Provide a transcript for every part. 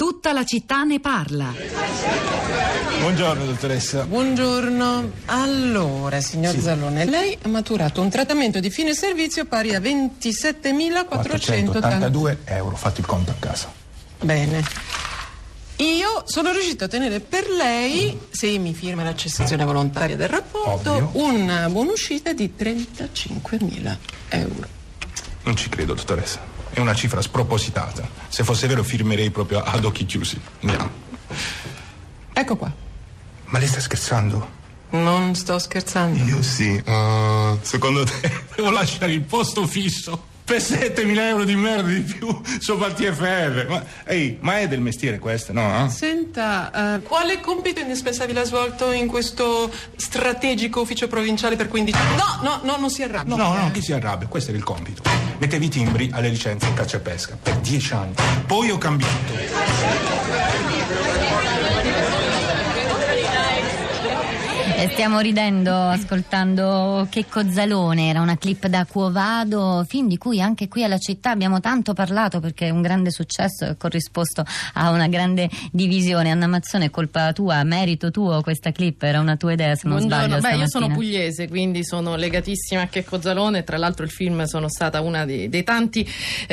Tutta la città ne parla. Buongiorno dottoressa. Buongiorno. Allora, signor Zalone, lei ha maturato un trattamento di fine servizio pari a 27.482 euro. Fatto il conto a casa. Bene. Io sono riuscito a ottenere per lei, se mi firma la cessazione volontaria del rapporto, una buonuscita di 35.000 euro. Non ci credo, dottoressa. È una cifra spropositata. Se fosse vero firmerei proprio ad occhi chiusi. Andiamo. Ecco qua. Ma lei sta scherzando? Non sto scherzando. Io sì. Secondo te devo lasciare il posto fisso per 7.000 euro di merda di più sopra il TFR? Ma è del mestiere questo, no? Senta, quale compito indispensabile ha svolto in questo strategico ufficio provinciale per 15 anni? No, non si arrabbia. No, chi si arrabbia? Questo era il compito. Mettevi i timbri alle licenze in caccia e pesca per 10 anni. Poi ho cambiato. Stiamo ridendo ascoltando Checco Zalone, era una clip da Quo Vado, film di cui anche qui alla città abbiamo tanto parlato perché è un grande successo e corrisposto a una grande divisione. Anna Mazzone, è colpa tua, merito tuo questa clip, era una tua idea se non sbaglio? Io sono pugliese, quindi sono legatissima a Checco Zalone, tra l'altro il film sono stata una dei tanti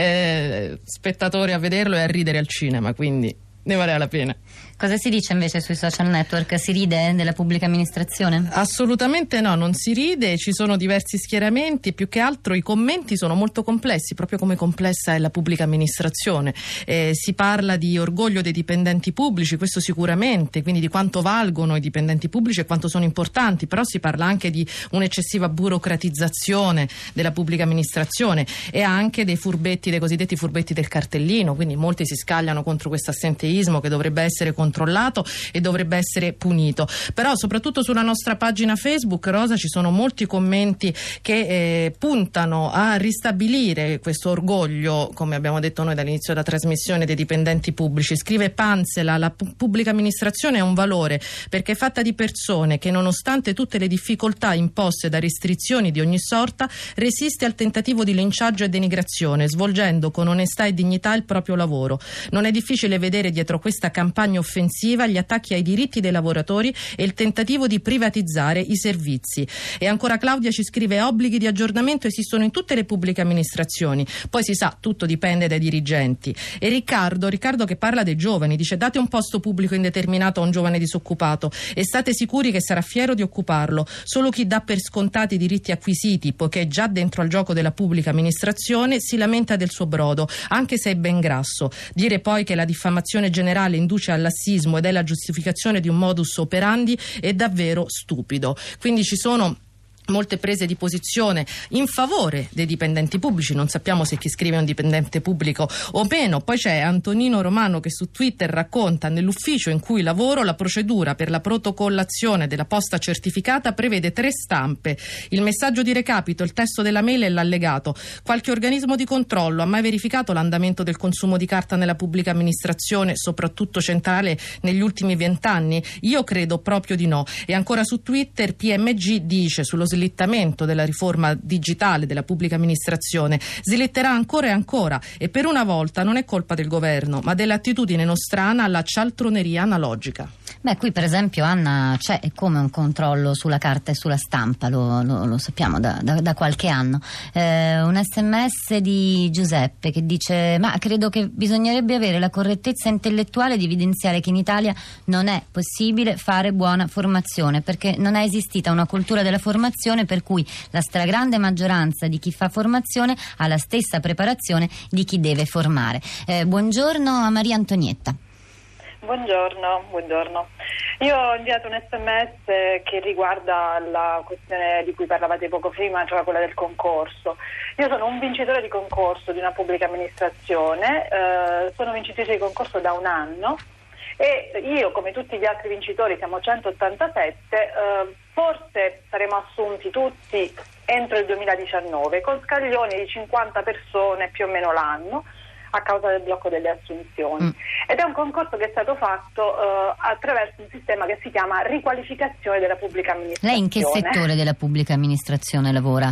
spettatori a vederlo e a ridere al cinema, quindi ne valeva la pena. Cosa si dice invece sui social network? Si ride della pubblica amministrazione? Assolutamente no, non si ride, ci sono diversi schieramenti, più che altro i commenti sono molto complessi, proprio come complessa è la pubblica amministrazione. Si parla di orgoglio dei dipendenti pubblici, questo sicuramente, quindi di quanto valgono i dipendenti pubblici e quanto sono importanti, però si parla anche di un'eccessiva burocratizzazione della pubblica amministrazione e anche dei furbetti, dei cosiddetti furbetti del cartellino, quindi molti si scagliano contro questo assenteismo che dovrebbe essere controllato e dovrebbe essere punito. Però soprattutto sulla nostra pagina Facebook, Rosa, ci sono molti commenti che puntano a ristabilire questo orgoglio, come abbiamo detto noi dall'inizio della trasmissione, dei dipendenti pubblici. Scrive Panzela: la pubblica amministrazione è un valore perché è fatta di persone che, nonostante tutte le difficoltà imposte da restrizioni di ogni sorta, resiste al tentativo di linciaggio e denigrazione, svolgendo con onestà e dignità il proprio lavoro. Non è difficile vedere dietro questa campagna offensiva gli attacchi ai diritti dei lavoratori e il tentativo di privatizzare i servizi. E ancora Claudia ci scrive: obblighi di aggiornamento esistono in tutte le pubbliche amministrazioni, poi si sa, tutto dipende dai dirigenti. E Riccardo che parla dei giovani, dice: date un posto pubblico indeterminato a un giovane disoccupato e state sicuri che sarà fiero di occuparlo. Solo chi dà per scontati i diritti acquisiti, poiché è già dentro al gioco della pubblica amministrazione, si lamenta del suo brodo, anche se è ben grasso. Dire poi che la diffamazione generale induce al lassismo ed è la giustificazione di un modus operandi è davvero stupido. Quindi ci sono molte prese di posizione in favore dei dipendenti pubblici, non sappiamo se chi scrive è un dipendente pubblico o meno. Poi c'è Antonino Romano che su Twitter racconta: nell'ufficio in cui lavoro la procedura per la protocollazione della posta certificata prevede 3 stampe, il messaggio di recapito, il testo della mail e l'allegato. Qualche organismo di controllo ha mai verificato l'andamento del consumo di carta nella pubblica amministrazione, soprattutto centrale, negli ultimi 20 anni? Io credo proprio di no. E ancora su Twitter PMG dice sullo slittamento della riforma digitale della pubblica amministrazione: slitterà ancora e ancora, e per una volta non è colpa del governo ma dell'attitudine nostrana alla cialtroneria analogica. Beh, qui per esempio, Anna, c'è come un controllo sulla carta e sulla stampa, lo sappiamo da qualche anno. Un SMS di Giuseppe che dice: ma credo che bisognerebbe avere la correttezza intellettuale di evidenziare che in Italia non è possibile fare buona formazione, perché non è esistita una cultura della formazione per cui la stragrande maggioranza di chi fa formazione ha la stessa preparazione di chi deve formare. Buongiorno a Maria Antonietta. Buongiorno. Io ho inviato un SMS che riguarda la questione di cui parlavate poco prima, cioè quella del concorso. Io sono un vincitore di concorso di una pubblica amministrazione, sono vincitrice di concorso da un anno e io, come tutti gli altri vincitori, siamo 187, forse saremo assunti tutti entro il 2019 con scaglioni di 50 persone più o meno l'anno, a causa del blocco delle assunzioni. Ed è un concorso che è stato fatto attraverso un sistema che si chiama riqualificazione della pubblica amministrazione. Lei in che settore della pubblica amministrazione lavora?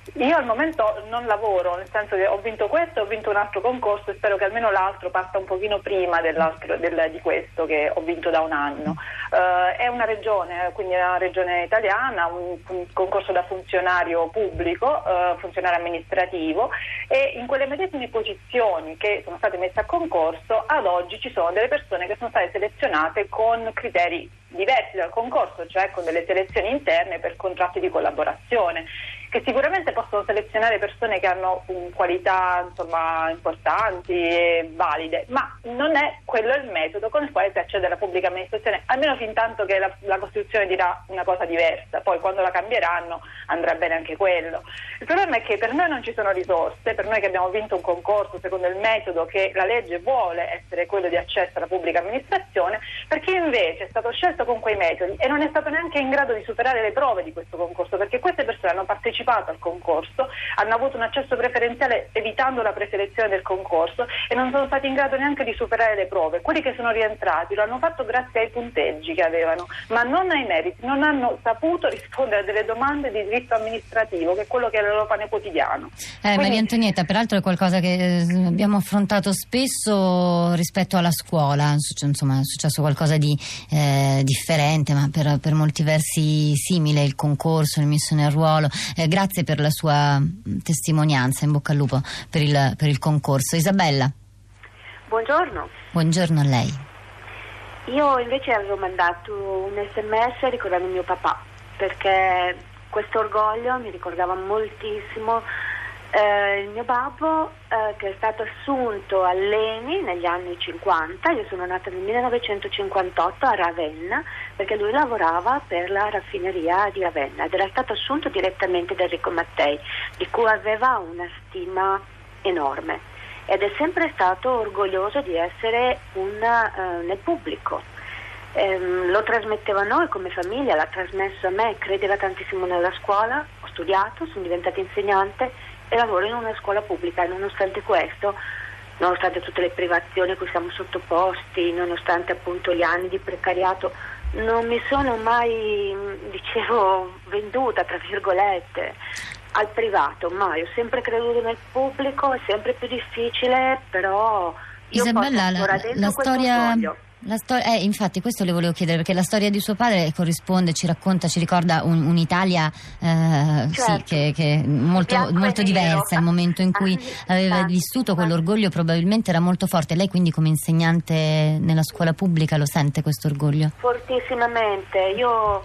Io al momento non lavoro, nel senso che ho vinto questo e ho vinto un altro concorso e spero che almeno l'altro parta un pochino prima di questo che ho vinto da un anno. È una regione, quindi è una regione italiana, un concorso da funzionario pubblico, funzionario amministrativo, e in quelle medesime posizioni che sono state messe a concorso ad oggi ci sono delle persone che sono state selezionate con criteri diversi dal concorso, cioè con delle selezioni interne per contratti di collaborazione, che sicuramente possono selezionare persone che hanno qualità importanti e valide, ma non è quello il metodo con il quale si accede alla pubblica amministrazione, almeno fin tanto che la Costituzione dirà una cosa diversa, poi quando la cambieranno andrà bene anche quello. Il problema è che per noi non ci sono risorse, per noi che abbiamo vinto un concorso secondo il metodo che la legge vuole essere quello di accesso alla pubblica amministrazione, perché invece è stato scelto con quei metodi e non è stato neanche in grado di superare le prove di questo concorso, perché queste persone hanno partecipato al concorso, hanno avuto un accesso preferenziale evitando la preselezione del concorso e non sono stati in grado neanche di superare le prove. Quelli che sono rientrati lo hanno fatto grazie ai punteggi che avevano, ma non ai meriti, non hanno saputo rispondere a delle domande di diritto amministrativo, che è quello che è il loro pane quotidiano. Maria Antonietta, peraltro è qualcosa che abbiamo affrontato spesso rispetto alla scuola, insomma è successo qualcosa di differente, ma per molti versi simile, il concorso, l'ammissione al ruolo. Grazie per la sua testimonianza, in bocca al lupo per il concorso. Isabella. Buongiorno. Buongiorno a lei. Io invece avevo mandato un SMS ricordando mio papà, perché questo orgoglio mi ricordava moltissimo il mio babbo, che è stato assunto all'ENI negli anni 50. Io sono nata nel 1958 a Ravenna, perché lui lavorava per la raffineria di Ravenna ed era stato assunto direttamente da Enrico Mattei, di cui aveva una stima enorme, ed è sempre stato orgoglioso di essere nel pubblico. Lo trasmetteva a noi come famiglia, l'ha trasmesso a me, credeva tantissimo nella scuola, ho studiato, sono diventata insegnante e lavoro in una scuola pubblica, e nonostante questo, nonostante tutte le privazioni a cui siamo sottoposti, nonostante appunto gli anni di precariato, non mi sono mai, venduta, tra virgolette, al privato, mai. Ho sempre creduto nel pubblico, è sempre più difficile, però io Isabella, ancora dentro questo orgoglio. Infatti questo le volevo chiedere, perché la storia di suo padre corrisponde, ci racconta, ci ricorda un'Italia certo, che è molto diversa. Il momento in cui aveva vissuto quell'orgoglio probabilmente era molto forte. Lei quindi come insegnante nella scuola pubblica lo sente questo orgoglio? Fortissimamente. Io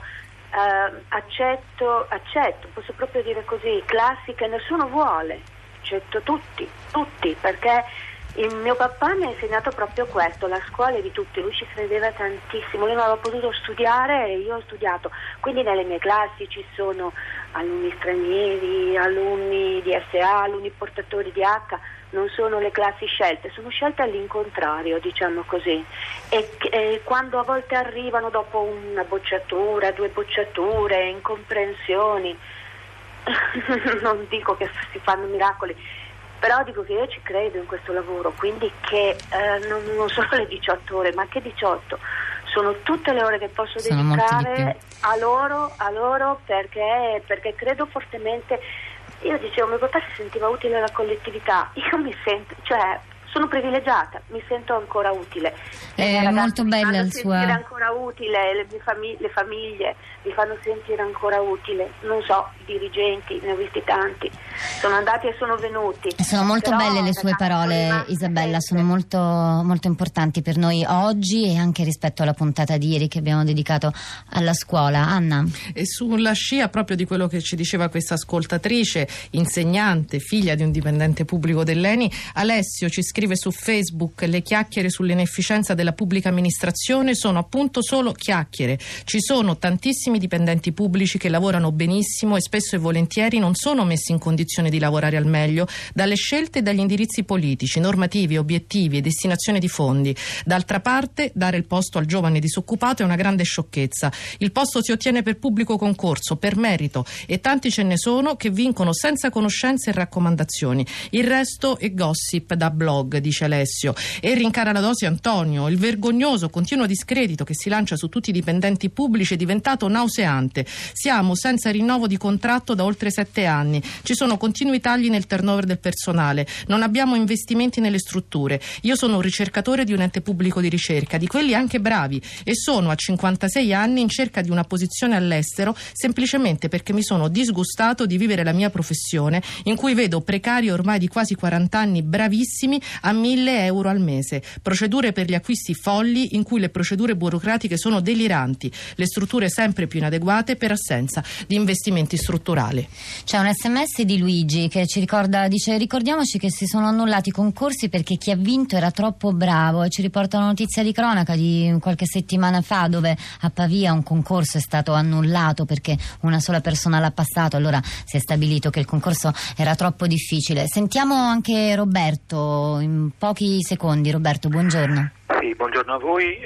accetto, posso proprio dire così, classi che nessuno vuole, accetto tutti, perché il mio papà mi ha insegnato proprio questo, la scuola è di tutti, lui ci credeva tantissimo, lui non aveva potuto studiare e io ho studiato, quindi nelle mie classi ci sono alunni stranieri, alunni di SA, alunni portatori di H, non sono le classi scelte, sono scelte all'incontrario, diciamo così, e quando a volte arrivano dopo una bocciatura, 2 bocciature, incomprensioni, non dico che si fanno miracoli, però dico che io ci credo in questo lavoro, quindi che non sono le 18 ore, ma che 18 sono tutte le ore che posso dedicare a loro perché credo fortemente. Io dicevo, mio papà si sentiva utile alla collettività, io mi sento, sono privilegiata, mi sento ancora utile. È molto bella il suo. Sentire ancora utile, le famiglie mi fanno sentire ancora utile. Non so, i dirigenti, ne ho visti tanti, sono andati e sono venuti. Sono molto belle le sue parole, Isabella, sono molto, molto importanti per noi oggi e anche rispetto alla puntata di ieri che abbiamo dedicato alla scuola. Anna? E sulla scia proprio di quello che ci diceva questa ascoltatrice, insegnante, figlia di un dipendente pubblico dell'ENI, Alessio ci scrive su Facebook: le chiacchiere sull'inefficienza della pubblica amministrazione sono appunto solo chiacchiere. Ci sono tantissimi dipendenti pubblici che lavorano benissimo e spesso e volentieri non sono messi in condizione condizione di lavorare al meglio, dalle scelte e dagli indirizzi politici, normativi, obiettivi e destinazione di fondi. D'altra parte, dare il posto al giovane disoccupato è una grande sciocchezza. Il posto si ottiene per pubblico concorso, per merito, e tanti ce ne sono che vincono senza conoscenze e raccomandazioni. Il resto è gossip da blog, dice Alessio. E rincara la dose Antonio. Il vergognoso continuo discredito che si lancia su tutti i dipendenti pubblici è diventato nauseante. Siamo senza rinnovo di contratto da oltre 7 anni. Ci sono continui tagli nel turnover del personale. Non abbiamo investimenti nelle strutture. Io sono un ricercatore di un ente pubblico di ricerca, di quelli anche bravi, e sono a 56 anni in cerca di una posizione all'estero semplicemente perché mi sono disgustato di vivere la mia professione, in cui vedo precari ormai di quasi 40 anni bravissimi a 1.000 euro al mese, procedure per gli acquisti folli in cui le procedure burocratiche sono deliranti, le strutture sempre più inadeguate per assenza di investimenti strutturali. C'è un SMS di Luigi che ci ricorda, dice: ricordiamoci che si sono annullati i concorsi perché chi ha vinto era troppo bravo, e ci riporta una notizia di cronaca di qualche settimana fa dove a Pavia un concorso è stato annullato perché una sola persona l'ha passato, allora si è stabilito che il concorso era troppo difficile. Sentiamo anche Roberto in pochi secondi. Roberto, buongiorno. Sì, buongiorno a voi.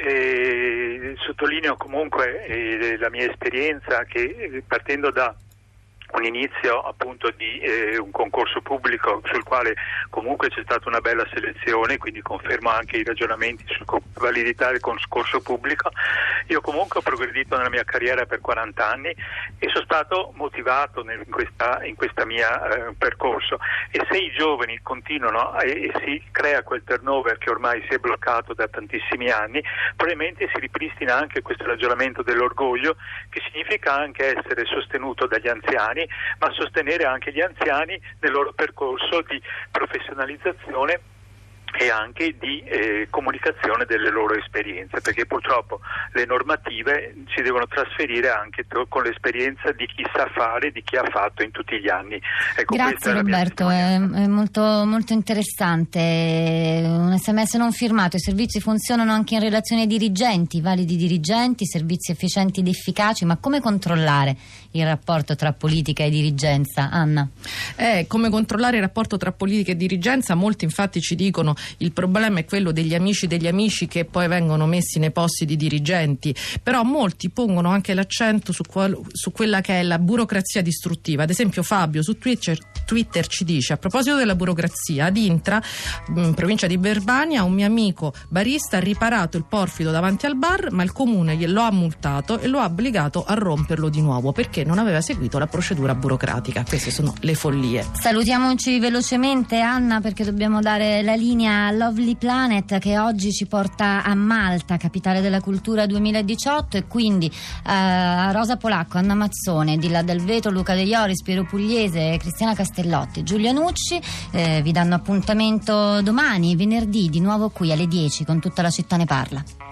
Sottolineo comunque la mia esperienza che partendo da un inizio appunto di un concorso pubblico sul quale comunque c'è stata una bella selezione, quindi confermo anche i ragionamenti sulla validità del concorso pubblico. Io comunque ho progredito nella mia carriera per 40 anni e sono stato motivato in questa mia percorso, e se i giovani continuano e si crea quel turnover che ormai si è bloccato da tantissimi anni, probabilmente si ripristina anche questo ragionamento dell'orgoglio, che significa anche essere sostenuto dagli anziani, ma sostenere anche gli anziani nel loro percorso di professionalizzazione e anche di comunicazione delle loro esperienze, perché purtroppo le normative si devono trasferire anche con l'esperienza di chi sa fare, di chi ha fatto in tutti gli anni. Ecco, grazie Roberto, è molto, molto interessante. Un SMS non firmato: i servizi funzionano anche in relazione ai dirigenti, validi dirigenti, servizi efficienti ed efficaci, ma come controllare il rapporto tra politica e dirigenza? Anna? Come controllare il rapporto tra politica e dirigenza? Molti infatti ci dicono il problema è quello degli amici che poi vengono messi nei posti di dirigenti, però molti pongono anche l'accento su quella che è la burocrazia distruttiva. Ad esempio Fabio su Twitter ci dice: a proposito della burocrazia, ad Intra, in provincia di Verbania, un mio amico barista ha riparato il porfido davanti al bar, ma il comune glielo ha multato e lo ha obbligato a romperlo di nuovo perché non aveva seguito la procedura burocratica. Queste sono le follie. Salutiamoci velocemente, Anna, perché dobbiamo dare la linea a Lovely Planet, che oggi ci porta a Malta, capitale della cultura 2018, e quindi Rosa Polacco, Anna Mazzone, Dilla Del Veto, Luca De Ioris, Piero Pugliese, Cristiana Castellotti, Giulia Nucci vi danno appuntamento domani, venerdì, di nuovo qui alle 10 con Tutta la città ne parla.